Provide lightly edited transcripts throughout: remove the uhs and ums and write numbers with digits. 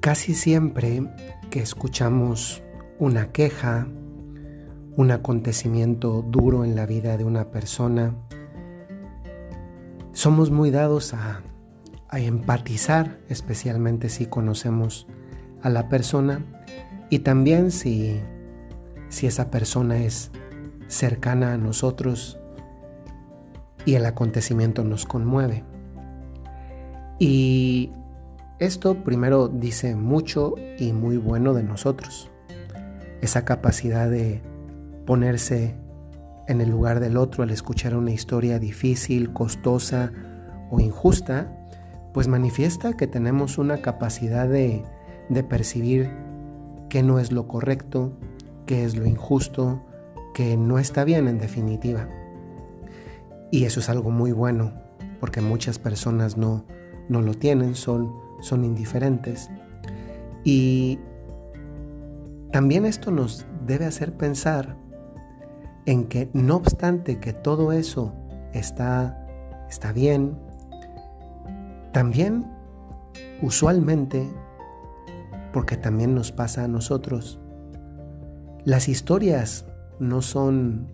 Casi siempre que escuchamos una queja, un acontecimiento duro en la vida de una persona, somos muy dados a empatizar, especialmente si conocemos a la persona y también si esa persona es cercana a nosotros y el acontecimiento nos conmueve. Y esto primero dice mucho y muy bueno de nosotros. Esa capacidad de ponerse en el lugar del otro al escuchar una historia difícil, costosa o injusta, pues manifiesta que tenemos una capacidad de percibir qué no es lo correcto, qué es lo injusto, qué no está bien en definitiva. Y eso es algo muy bueno, porque muchas personas no lo tienen, son indiferentes. Y también esto nos debe hacer pensar en que no obstante que todo eso está bien, también usualmente, porque también nos pasa a nosotros, las historias no son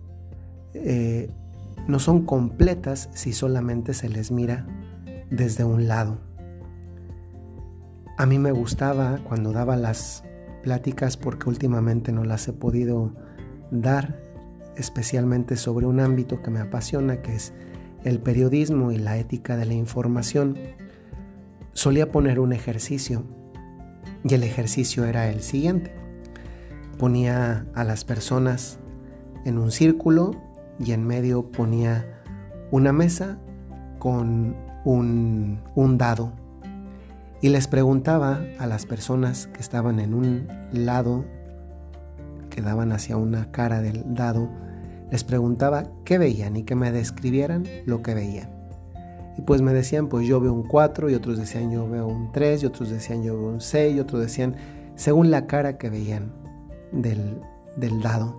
completas si solamente se les mira desde un lado. A mí me gustaba cuando daba las pláticas, porque últimamente no las he podido dar, especialmente sobre un ámbito que me apasiona, que es el periodismo y la ética de la información. Solía poner un ejercicio y el ejercicio era el siguiente. Ponía a las personas en un círculo y en medio ponía una mesa con un dado y les preguntaba a las personas que estaban en un lado, que daban hacia una cara del dado, les preguntaba qué veían y que me describieran lo que veían. Y pues me decían, pues yo veo un 4, y otros decían yo veo un 3, y otros decían yo veo un 6, y otros decían según la cara que veían del dado.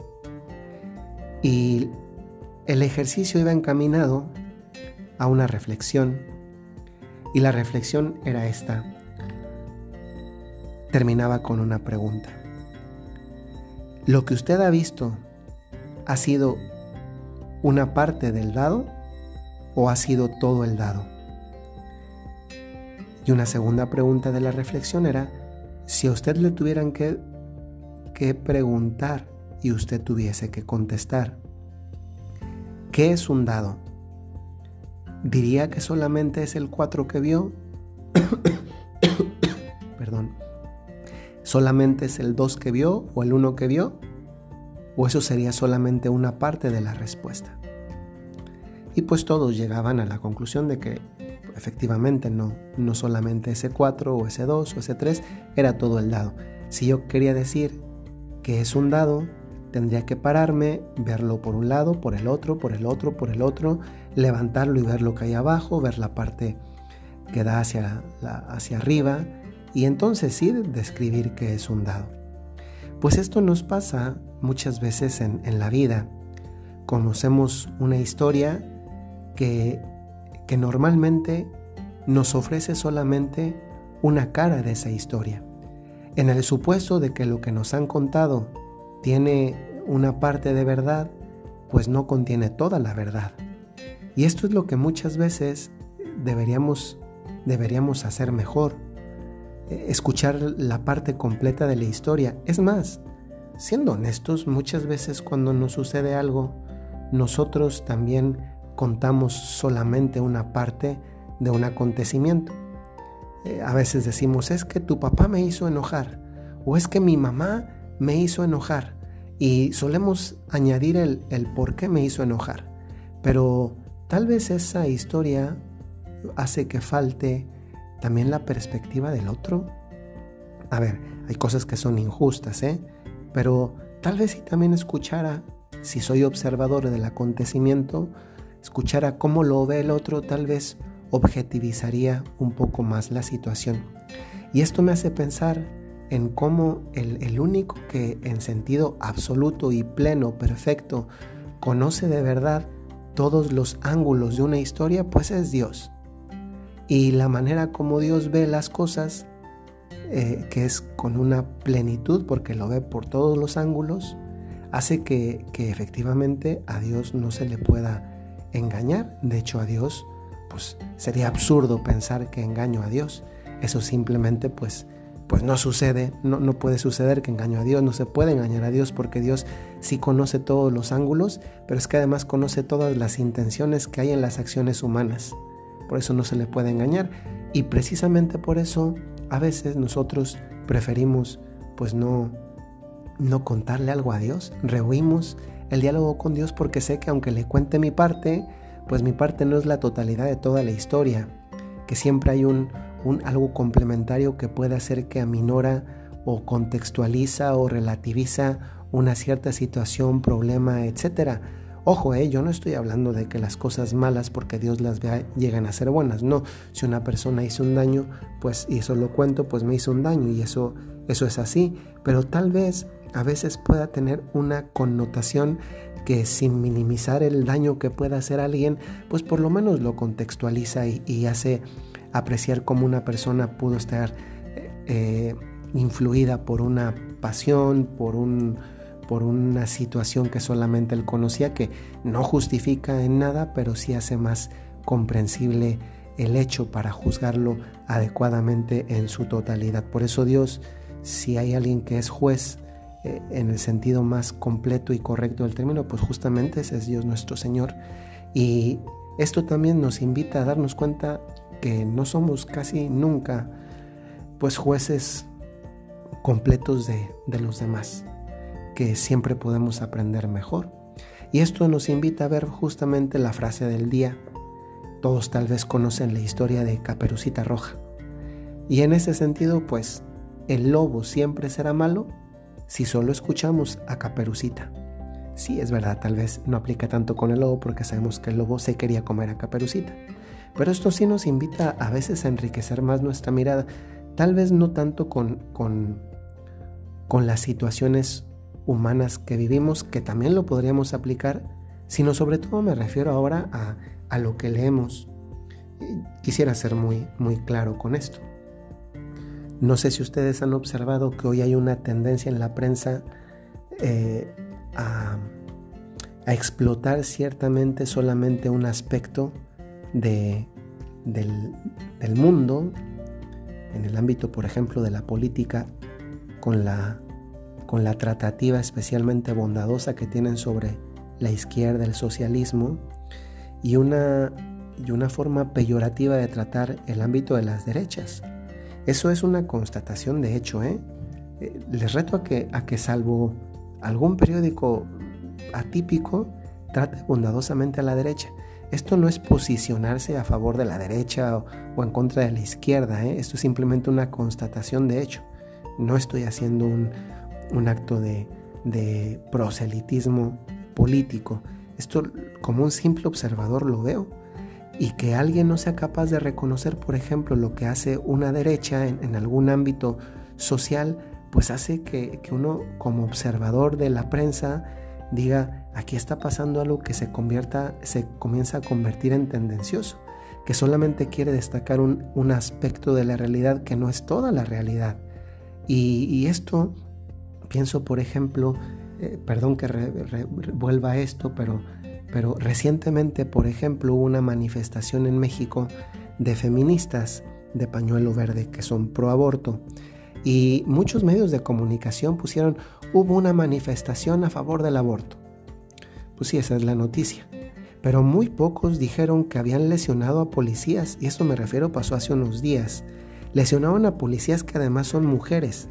Y el ejercicio iba encaminado a una reflexión, y la reflexión era esta. Terminaba con una pregunta. ¿Lo que usted ha visto ha sido una parte del dado o ha sido todo el dado? Y una segunda pregunta de la reflexión era, si a usted le tuvieran que preguntar y usted tuviese que contestar, ¿qué es un dado? ¿Diría que solamente es el 4 que vio? Perdón. ¿Solamente es el 2 que vio o el 1 que vio? ¿O eso sería solamente una parte de la respuesta? Y pues todos llegaban a la conclusión de que efectivamente no solamente ese 4 o ese 2 o ese 3 era todo el dado. Si yo quería decir que es un dado, tendría que pararme, verlo por un lado, por el otro, por el otro, por el otro, levantarlo y ver lo que hay abajo, ver la parte que da hacia arriba, y entonces sí describir qué es un dado. Pues esto nos pasa muchas veces en la vida. Conocemos una historia que normalmente nos ofrece solamente una cara de esa historia. En el supuesto de que lo que nos han contado tiene una parte de verdad, pues no contiene toda la verdad. Y esto es lo que muchas veces deberíamos hacer mejor. Escuchar la parte completa de la historia. Es más, siendo honestos, muchas veces cuando nos sucede algo, nosotros también contamos solamente una parte de un acontecimiento. A veces decimos, es que tu papá me hizo enojar, o es que mi mamá me hizo enojar, y solemos añadir el por qué me hizo enojar. Pero tal vez esa historia hace que falte también la perspectiva del otro. A ver, hay cosas que son injustas, pero tal vez si también escuchara, si soy observador del acontecimiento, escuchara cómo lo ve el otro, tal vez objetivizaría un poco más la situación. Y esto me hace pensar en cómo el único que en sentido absoluto y pleno, perfecto, conoce de verdad todos los ángulos de una historia, pues es Dios. Y la manera como Dios ve las cosas que es con una plenitud porque lo ve por todos los ángulos, hace que efectivamente a Dios no se le pueda engañar. De hecho, a Dios, pues sería absurdo pensar que engaño a Dios. Eso simplemente pues no sucede, no puede suceder que engaño a Dios, no se puede engañar a Dios porque Dios sí conoce todos los ángulos, pero es que además conoce todas las intenciones que hay en las acciones humanas. Por eso no se le puede engañar, y precisamente por eso a veces nosotros preferimos pues no contarle algo a Dios, rehuimos el diálogo con Dios porque sé que aunque le cuente mi parte, pues mi parte no es la totalidad de toda la historia, que siempre hay algo complementario que puede hacer que aminora o contextualiza o relativiza una cierta situación, problema, etc. Ojo, yo no estoy hablando de que las cosas malas porque Dios las vea llegan a ser buenas. No, si una persona hizo un daño, pues y eso lo cuento, pues me hizo un daño y eso es así. Pero tal vez a veces pueda tener una connotación que sin minimizar el daño que pueda hacer alguien, pues por lo menos lo contextualiza y hace apreciar cómo una persona pudo estar influida por una pasión, por una situación que solamente él conocía, que no justifica en nada, pero sí hace más comprensible el hecho para juzgarlo adecuadamente en su totalidad. Por eso Dios, si hay alguien que es juez en el sentido más completo y correcto del término, pues justamente ese es Dios nuestro Señor. Y esto también nos invita a darnos cuenta que no somos casi nunca pues jueces completos de los demás, que siempre podemos aprender mejor. Y esto nos invita a ver justamente la frase del día. Todos tal vez conocen la historia de Caperucita Roja. Y en ese sentido, pues, el lobo siempre será malo si solo escuchamos a Caperucita. Sí, es verdad, tal vez no aplica tanto con el lobo porque sabemos que el lobo se quería comer a Caperucita. Pero esto sí nos invita a veces a enriquecer más nuestra mirada, tal vez no tanto con las situaciones humanas que vivimos, que también lo podríamos aplicar, sino sobre todo me refiero ahora a lo que leemos. Quisiera ser muy, muy claro con esto. No sé si ustedes han observado que hoy hay una tendencia en la prensa a explotar ciertamente solamente un aspecto del mundo, en el ámbito, por ejemplo, de la política, con la tratativa especialmente bondadosa que tienen sobre la izquierda, el socialismo, y una forma peyorativa de tratar el ámbito de las derechas. Eso es una constatación de hecho. Les reto a que salvo algún periódico atípico, trate bondadosamente a la derecha. Esto no es posicionarse a favor de la derecha o en contra de la izquierda. Esto es simplemente una constatación de hecho. No estoy haciendo un acto de proselitismo político. Esto como un simple observador lo veo. Y que alguien no sea capaz de reconocer, por ejemplo, lo que hace una derecha en algún ámbito social, pues hace que uno como observador de la prensa diga, aquí está pasando algo que se comienza a convertir en tendencioso, que solamente quiere destacar un aspecto de la realidad que no es toda la realidad. Y esto, pienso por ejemplo, perdón que vuelva a esto, pero recientemente, por ejemplo, hubo una manifestación en México de feministas de pañuelo verde que son pro aborto, y muchos medios de comunicación pusieron, hubo una manifestación a favor del aborto. Pues sí, esa es la noticia. Pero muy pocos dijeron que habían lesionado a policías, y eso me refiero, pasó hace unos días. Lesionaron a policías que además son mujeres.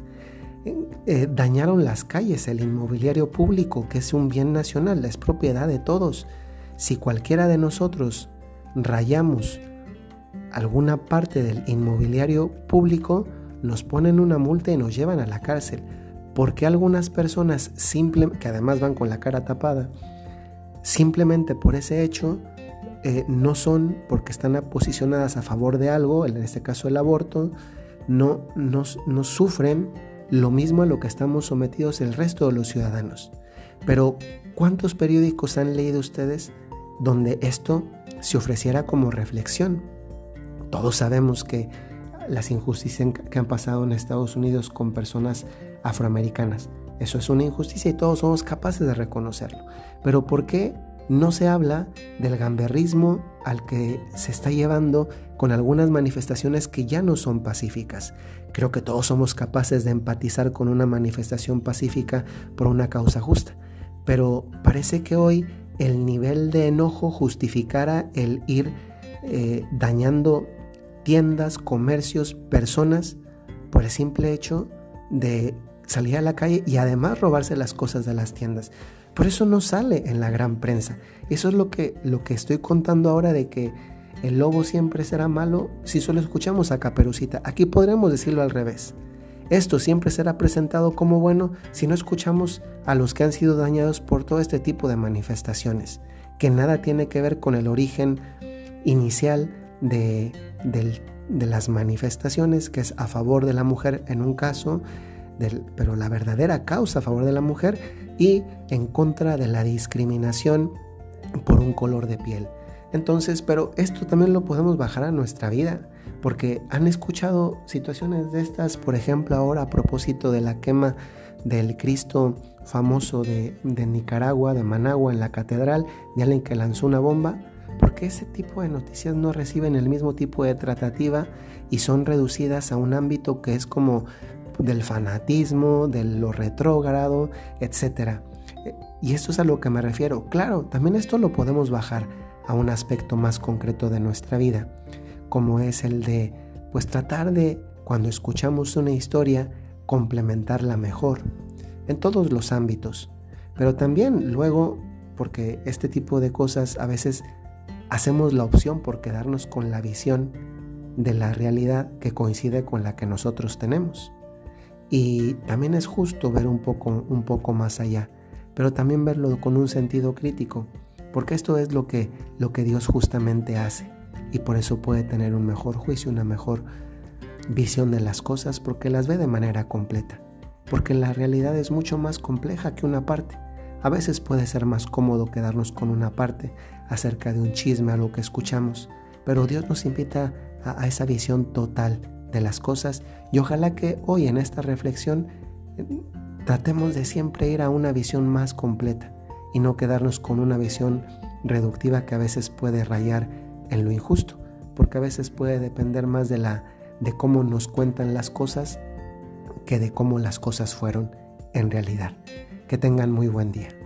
Dañaron las calles, el inmobiliario público, que es un bien nacional, es propiedad de todos. Si cualquiera de nosotros rayamos alguna parte del inmobiliario público, nos ponen una multa y nos llevan a la cárcel. Porque algunas personas, que además van con la cara tapada, simplemente por ese hecho, no son, porque están posicionadas a favor de algo, en este caso el aborto, no sufren lo mismo a lo que estamos sometidos el resto de los ciudadanos. Pero ¿cuántos periódicos han leído ustedes donde esto se ofreciera como reflexión? Todos sabemos que las injusticias que han pasado en Estados Unidos con personas afroamericanas. Eso es una injusticia y todos somos capaces de reconocerlo. Pero ¿por qué no se habla del gamberrismo al que se está llevando con algunas manifestaciones que ya no son pacíficas? Creo que todos somos capaces de empatizar con una manifestación pacífica por una causa justa, pero parece que hoy el nivel de enojo justificara el ir dañando tiendas, comercios, personas por el simple hecho de salir a la calle y además robarse las cosas de las tiendas. Por eso no sale en la gran prensa. Eso es lo que estoy contando ahora, de que el lobo siempre será malo si solo escuchamos a Caperucita. Aquí podremos decirlo al revés. Esto siempre será presentado como bueno si no escuchamos a los que han sido dañados por todo este tipo de manifestaciones, que nada tiene que ver con el origen inicial de las manifestaciones, que es a favor de la mujer en un caso, pero la verdadera causa a favor de la mujer, y en contra de la discriminación por un color de piel. Entonces, pero esto también lo podemos bajar a nuestra vida, porque han escuchado situaciones de estas, por ejemplo, ahora a propósito de la quema del Cristo famoso de Nicaragua, de Managua, en la catedral, de alguien que lanzó una bomba. Porque ese tipo de noticias no reciben el mismo tipo de tratativa y son reducidas a un ámbito que es como del fanatismo, de lo retrógrado, etc. Y esto es a lo que me refiero. Claro, también esto lo podemos bajar a un aspecto más concreto de nuestra vida, como es el de, pues, tratar de, cuando escuchamos una historia, complementarla mejor en todos los ámbitos. Pero también luego, porque este tipo de cosas a veces hacemos la opción por quedarnos con la visión de la realidad que coincide con la que nosotros tenemos. Y también es justo ver un poco más allá, pero también verlo con un sentido crítico, porque esto es lo que Dios justamente hace, y por eso puede tener un mejor juicio, una mejor visión de las cosas, porque las ve de manera completa, porque la realidad es mucho más compleja que una parte. A veces puede ser más cómodo quedarnos con una parte acerca de un chisme, algo que escuchamos, pero Dios nos invita a esa visión total de las cosas, y ojalá que hoy en esta reflexión tratemos de siempre ir a una visión más completa y no quedarnos con una visión reductiva que a veces puede rayar en lo injusto, porque a veces puede depender más de cómo nos cuentan las cosas que de cómo las cosas fueron en realidad. Que tengan muy buen día.